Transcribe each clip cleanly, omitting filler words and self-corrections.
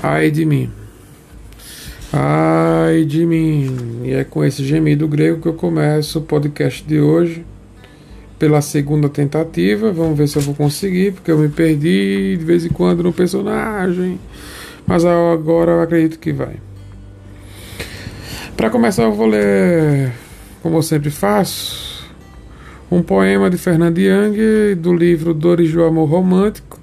Ai de mim. Ai de mim. E é com esse gemido grego que eu começo o podcast de hoje. Pela segunda tentativa. Vamos ver se eu vou conseguir, porque eu me perdi de vez em quando no personagem. Mas agora eu acredito que vai. Para começar, eu vou ler, como eu sempre faço, um poema de Fernand Young do livro Dores do Amor Romântico,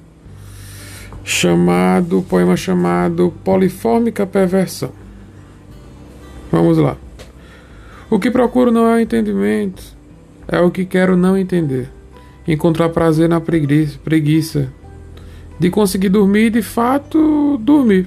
poema chamado Polifórmica Perversão. Vamos lá. O que procuro não é o entendimento, é o que quero não entender. Encontrar prazer na preguiça de conseguir dormir e de fato dormir.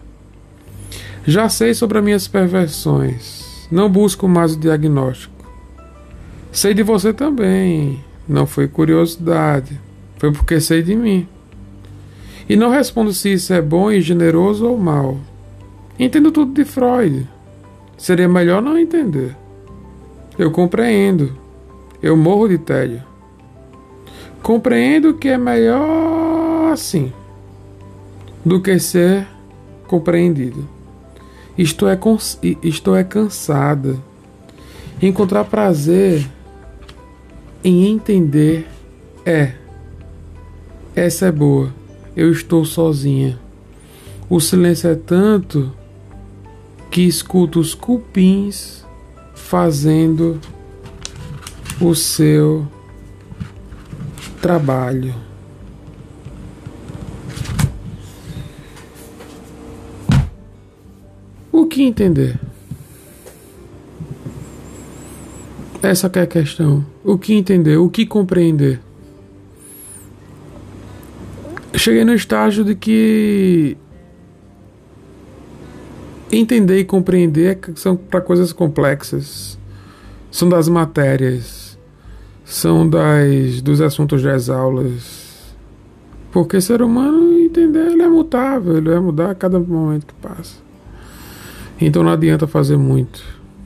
Já sei sobre as minhas perversões, não busco mais o diagnóstico. Sei de você também, não foi curiosidade, foi porque sei de mim. E não respondo se isso é bom e generoso ou mal. Entendo tudo de Freud, seria melhor não entender. Eu compreendo, eu morro de tédio. Compreendo que é melhor assim, do que ser compreendido. Estou é cansada. Encontrar prazer em entender essa é boa. Eu estou sozinha. O silêncio é tanto que escuto os cupins fazendo o seu trabalho. O que entender? Essa que é a questão. O que entender? O que compreender? Cheguei no estágio de que entender e compreender são para coisas complexas. São das matérias. São dos assuntos das aulas. Porque ser humano, entender, ele é mutável. Ele vai mudar a cada momento que passa. Então não adianta fazer muito.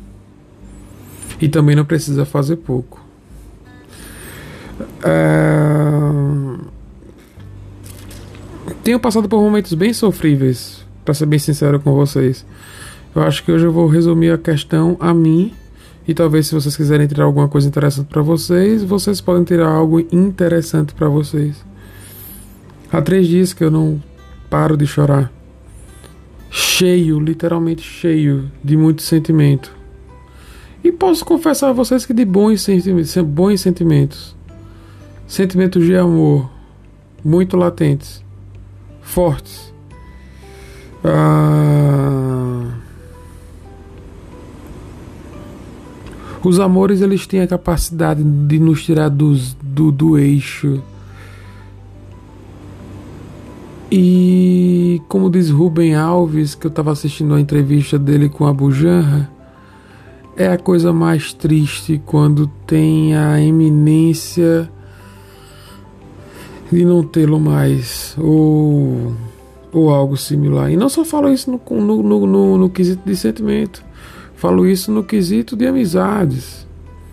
E também não precisa fazer pouco. Tenho passado por momentos bem sofríveis, para ser bem sincero com vocês. Eu acho que hoje eu vou resumir a questão a mim. E talvez, se vocês quiserem tirar alguma coisa interessante para vocês, vocês podem tirar algo interessante para vocês. Há 3 dias que eu não paro de chorar. Cheio, literalmente cheio de muito sentimento. E posso confessar a vocês que de bons sentimentos. Sentimentos de amor, muito latentes, fortes. Os amores, eles têm a capacidade de nos tirar do eixo. E como diz Rubem Alves, que eu estava assistindo a entrevista dele com a Bujanra, é a coisa mais triste quando tem a iminência de não tê-lo mais, ou algo similar. E não só falo isso no quesito de sentimento, falo isso no quesito de amizades.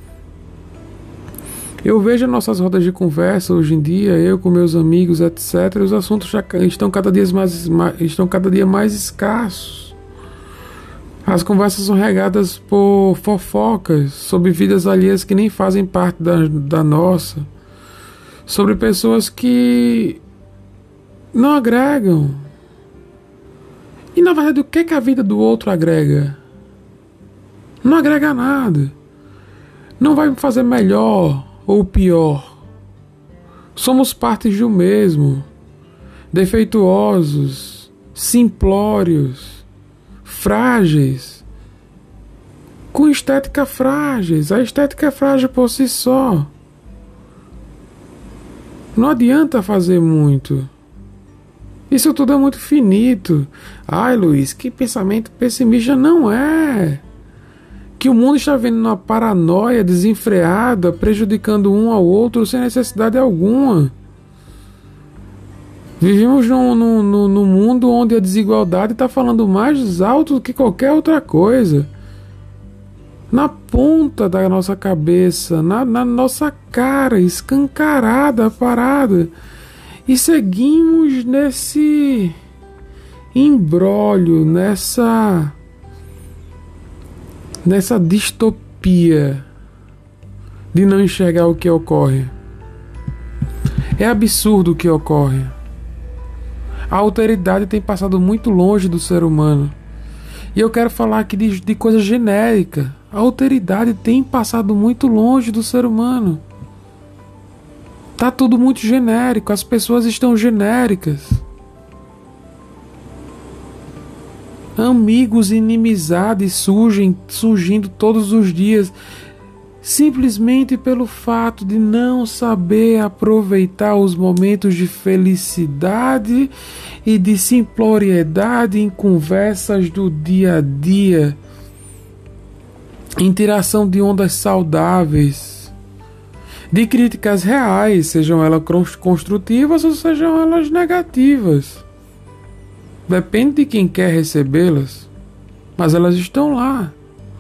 Eu vejo as nossas rodas de conversa hoje em dia, eu com meus amigos, etc. Os assuntos já estão cada dia mais escassos. As conversas são regadas por fofocas sobre vidas alheias que nem fazem parte da nossa. Sobre pessoas que não agregam. E na verdade, o que a vida do outro agrega? Não agrega nada. Não vai me fazer melhor ou pior. Somos partes de um mesmo, defeituosos, simplórios, frágeis, com estética frágeis. A estética é frágil por si só. Não adianta fazer muito. Isso tudo é muito finito. Ai, Luiz, que pensamento pessimista. Não é. Que o mundo está vendo uma paranoia desenfreada, prejudicando um ao outro sem necessidade alguma. Vivemos num mundo onde a desigualdade está falando mais alto do que qualquer outra coisa. Na ponta da nossa cabeça, na nossa cara, escancarada, parada. E seguimos imbróglio, nessa distopia de não enxergar o que ocorre. É absurdo o que ocorre. A alteridade tem passado muito longe do ser humano. E eu quero falar aqui de coisa genérica. A alteridade tem passado muito longe do ser humano. Tá tudo muito genérico, as pessoas estão genéricas. Amigos e inimizades surgindo todos os dias, simplesmente pelo fato de não saber aproveitar os momentos de felicidade e de simploriedade em conversas do dia a dia, em tiração de ondas saudáveis, de críticas reais, sejam elas construtivas ou sejam elas negativas. Depende de quem quer recebê-las, mas elas estão lá.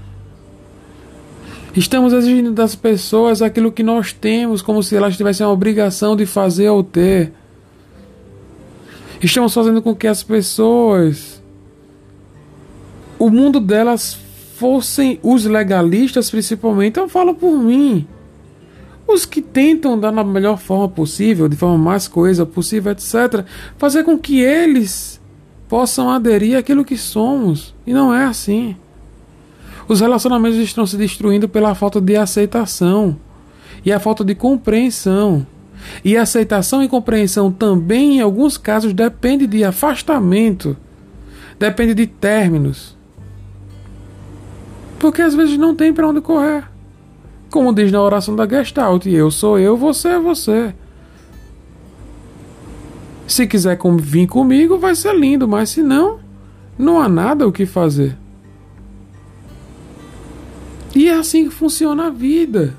Estamos exigindo das pessoas aquilo que nós temos, como se elas tivessem a obrigação de fazer ou ter. Estamos fazendo com que as pessoas, o mundo delas fossem os legalistas, principalmente. Eu falo por mim. Os que tentam dar na melhor forma possível, de forma mais coesa possível, etc., fazer com que eles possam aderir àquilo que somos. E não é assim. Os relacionamentos estão se destruindo pela falta de aceitação e a falta de compreensão. E aceitação e compreensão também, em alguns casos, depende de afastamento, depende de términos. Porque às vezes não tem para onde correr. Como diz na oração da Gestalt, eu sou eu, você é você. Se quiser vir comigo, vai ser lindo, mas se não, não há nada o que fazer. E é assim que funciona a vida.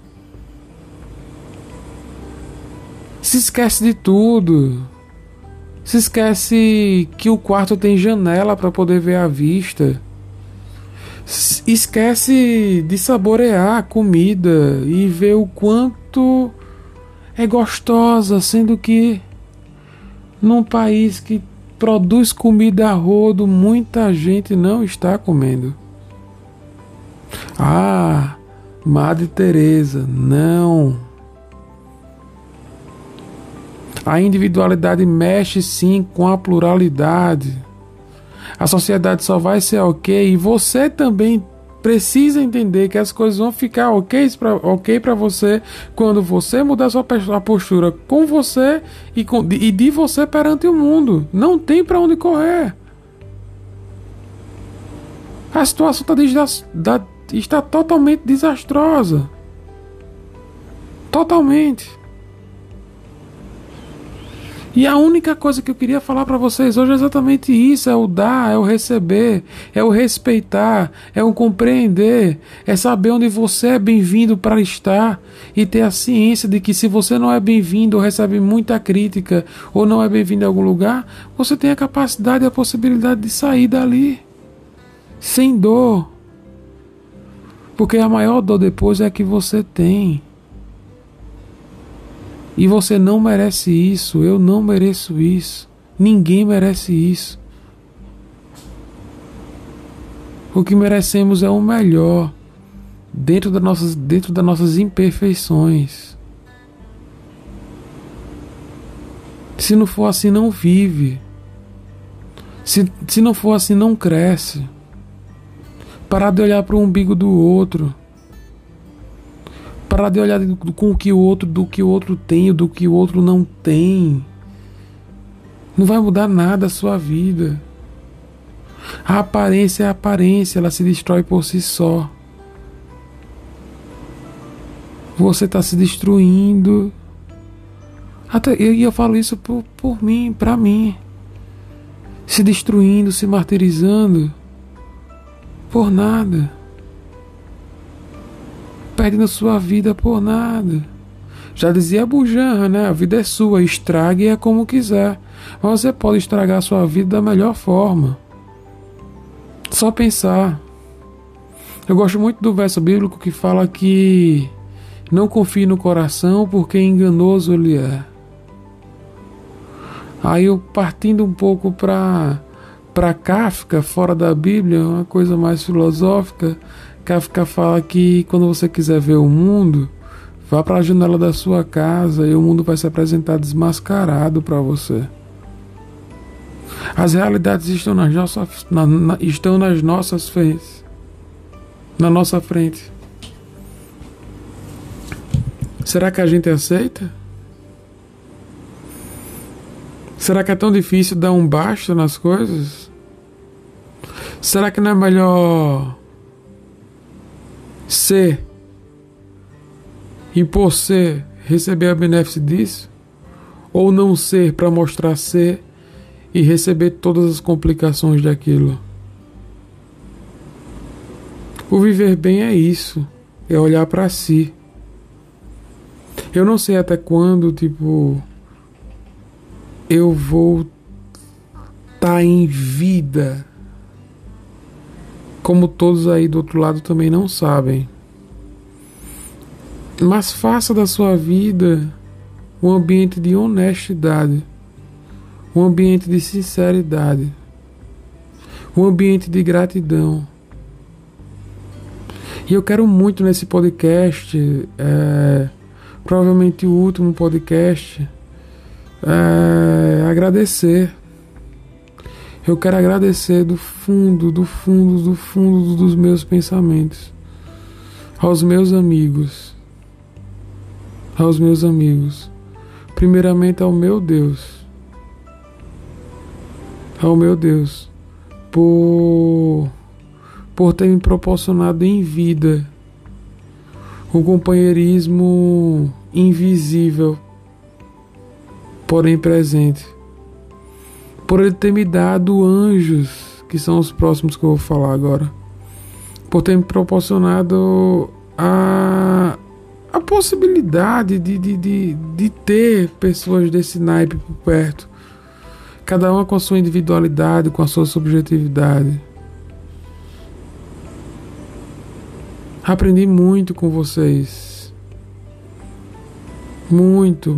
Se esquece de tudo. Se esquece que o quarto tem janela para poder ver a vista. Esquece de saborear a comida e ver o quanto é gostosa, sendo que num país que produz comida a rodo, muita gente não está comendo. Ah, Madre Teresa, não. A individualidade mexe sim com a pluralidade. A sociedade só vai ser ok e você também precisa entender que as coisas vão ficar ok para você quando você mudar sua postura com você e de você perante o mundo. Não tem para onde correr. A situação está totalmente desastrosa. Totalmente. E a única coisa que eu queria falar para vocês hoje é exatamente isso: é o dar, é o receber, é o respeitar, é o compreender, é saber onde você é bem-vindo para estar e ter a ciência de que se você não é bem-vindo ou recebe muita crítica ou não é bem-vindo em algum lugar, você tem a capacidade e a possibilidade de sair dali sem dor. Porque a maior dor depois é a que você tem. E você não merece isso, eu não mereço isso, ninguém merece isso. O que merecemos é o melhor, dentro das nossas imperfeições. Se não for assim, não vive. Se não for assim, não cresce. Parar de olhar para o umbigo do outro. Parar de olhar com o que o outro, do que o outro tem, do que o outro não tem. Não vai mudar nada a sua vida. A aparência é a aparência, ela se destrói por si só. Você está se destruindo. Eu falo isso por mim, para mim. Se destruindo, se martirizando. Por nada. Perdendo sua vida por nada. Já dizia Bujanra, né? A vida é sua, estrague-a como quiser. Mas você pode estragar a sua vida da melhor forma. Só pensar. Eu gosto muito do verso bíblico que fala que não confie no coração porque enganoso ele é. Aí eu partindo um pouco para para Kafka, fora da Bíblia, uma coisa mais filosófica, Kafka fala que quando você quiser ver o mundo, vá para a janela da sua casa e o mundo vai se apresentar desmascarado para você. As realidades estão estão nas nossas frentes, na nossa frente. Será que a gente aceita? Será que é tão difícil dar um basta nas coisas? Será que não é melhor ser e por ser receber a benefício disso? Ou não ser para mostrar ser e receber todas as complicações daquilo? O viver bem é isso, é olhar para si. Eu não sei até quando, eu vou estar em vida, como todos aí do outro lado também não sabem. Mas faça da sua vida um ambiente de honestidade, um ambiente de sinceridade, um ambiente de gratidão. E eu quero muito nesse podcast, provavelmente o último podcast, agradecer. Eu quero agradecer do fundo dos meus pensamentos aos meus amigos, primeiramente ao meu Deus, por ter me proporcionado em vida um companheirismo invisível, porém presente, por ele ter me dado anjos, que são os próximos que eu vou falar agora, por ter me proporcionado a possibilidade de ter pessoas desse naipe por perto, cada uma com a sua individualidade, com a sua subjetividade. Aprendi muito com vocês, muito.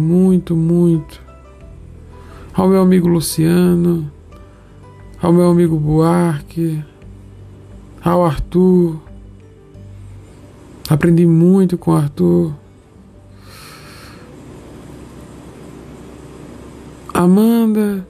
Ao meu amigo Luciano, ao meu amigo Buarque, ao Arthur. Aprendi muito com o Arthur. Amanda,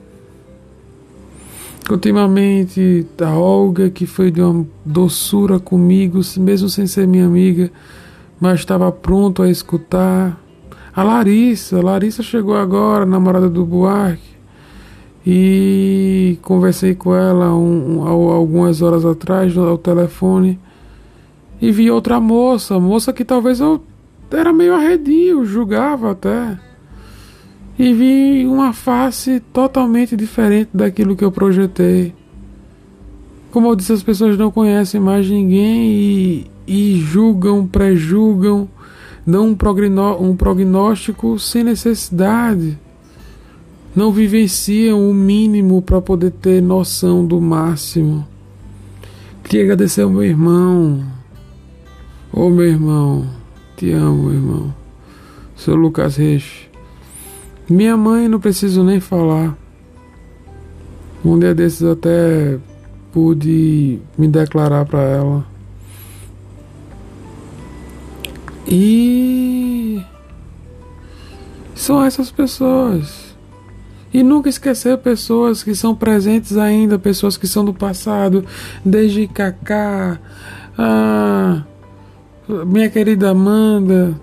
ultimamente a Olga, que foi de uma doçura comigo, mesmo sem ser minha amiga, mas estava pronto a escutar. A Larissa chegou agora, namorada do Buarque, e conversei com ela algumas horas atrás ao telefone e vi outra moça que talvez eu era meio arredio, julgava até, e vi uma face totalmente diferente daquilo que eu projetei. Como eu disse, as pessoas não conhecem mais ninguém e julgam, prejulgam, dão um prognóstico sem necessidade. Não vivenciam o mínimo para poder ter noção do máximo. Queria agradecer ao meu irmão. Ô meu irmão, te amo, meu irmão. Seu Lucas Reis. Minha mãe, não preciso nem falar. Um dia desses até pude me declarar para ela. E são essas pessoas. E nunca esquecer pessoas que são presentes ainda, pessoas que são do passado, desde Cacá, minha querida Amanda,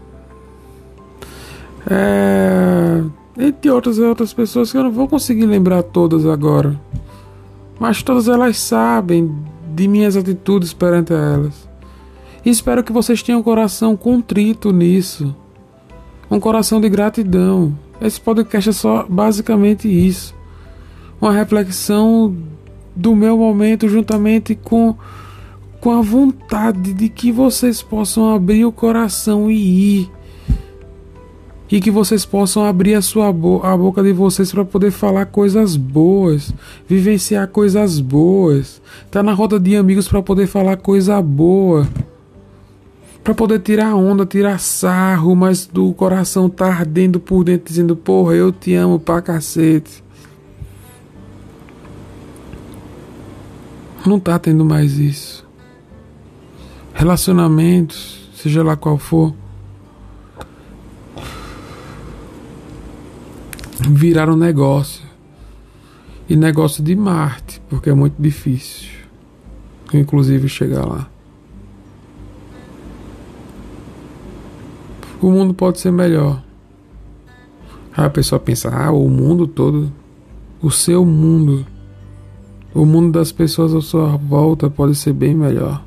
entre outras pessoas que eu não vou conseguir lembrar todas agora, mas todas elas sabem de minhas atitudes perante elas. E espero que vocês tenham um coração contrito nisso, um coração de gratidão. Esse podcast é só basicamente isso, uma reflexão do meu momento juntamente com a vontade de que vocês possam abrir o coração e ir, e que vocês possam abrir a boca de vocês para poder falar coisas boas, vivenciar coisas boas, estar na roda de amigos para poder falar coisa boa, para poder tirar onda, tirar sarro, mas do coração tá ardendo por dentro, dizendo: porra, eu te amo pra cacete. Não tá tendo mais isso. Relacionamentos, seja lá qual for, viraram negócio. E negócio de Marte, porque é muito difícil, inclusive, chegar lá. O mundo pode ser melhor. Aí a pessoa pensa, o mundo todo, o seu mundo, o mundo das pessoas à sua volta pode ser bem melhor.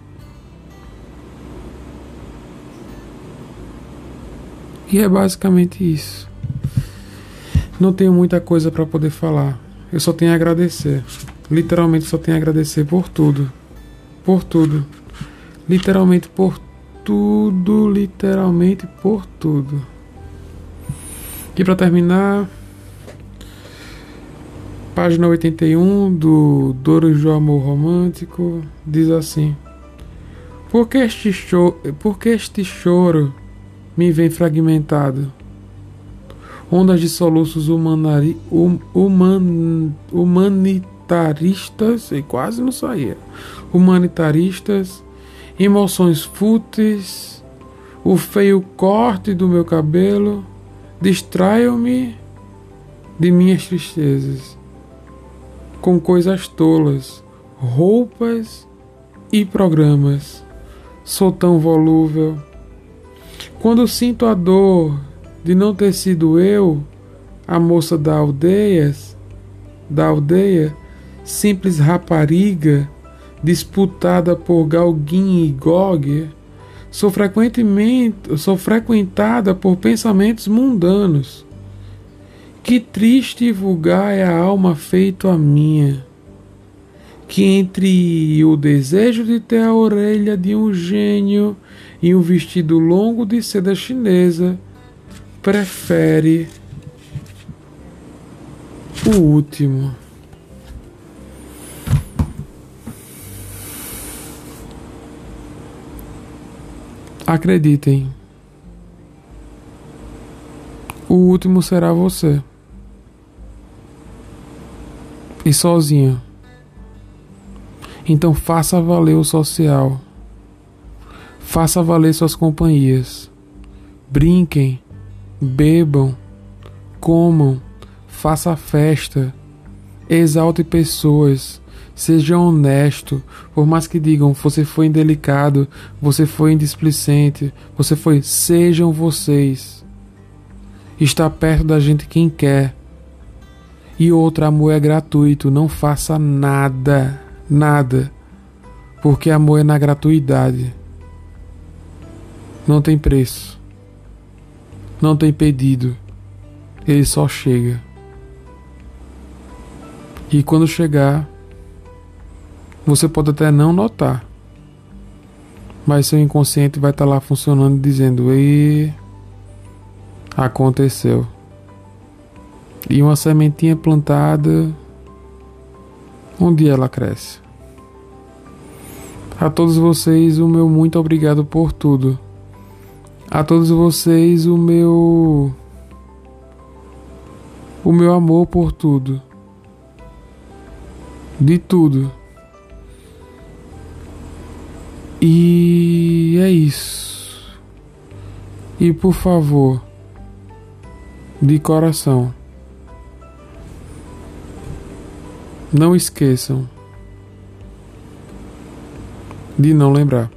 E é basicamente isso. Não tenho muita coisa para poder falar. Eu só tenho a agradecer. Literalmente só tenho a agradecer por tudo. Por tudo. Literalmente por tudo. Literalmente por tudo. E para terminar, página 81 do Dores do Amor Romântico diz assim: Por que este choro me vem fragmentado? Ondas de soluços humanitaristas, e quase não saía, humanitaristas, emoções fúteis, o feio corte do meu cabelo, distraiam-me de minhas tristezas, com coisas tolas, roupas e programas. Sou tão volúvel. Quando sinto a dor de não ter sido eu, a moça da aldeia, simples rapariga, disputada por Galguin e Gog, sou frequentada por pensamentos mundanos. Que triste e vulgar é a alma feito a minha, que entre o desejo de ter a orelha de um gênio e um vestido longo de seda chinesa, prefere o último. Acreditem, o último será você. E sozinho. Então faça valer o social. Faça valer suas companhias. Brinquem, bebam, comam, faça festa, exalte pessoas, seja honesto, por mais que digam você foi indelicado, você foi indisplicente, sejam vocês. Está perto da gente quem quer. E outro, amor é gratuito, não faça nada, porque amor é na gratuidade. Não tem preço. Não tem pedido. Ele só chega. E quando chegar, você pode até não notar, mas seu inconsciente vai estar lá funcionando, dizendo: "E aconteceu". E uma sementinha plantada, um dia ela cresce. A todos vocês, o meu muito obrigado por tudo. A todos vocês, o meu amor por tudo. De tudo. E é isso. E por favor, de coração, não esqueçam de não lembrar.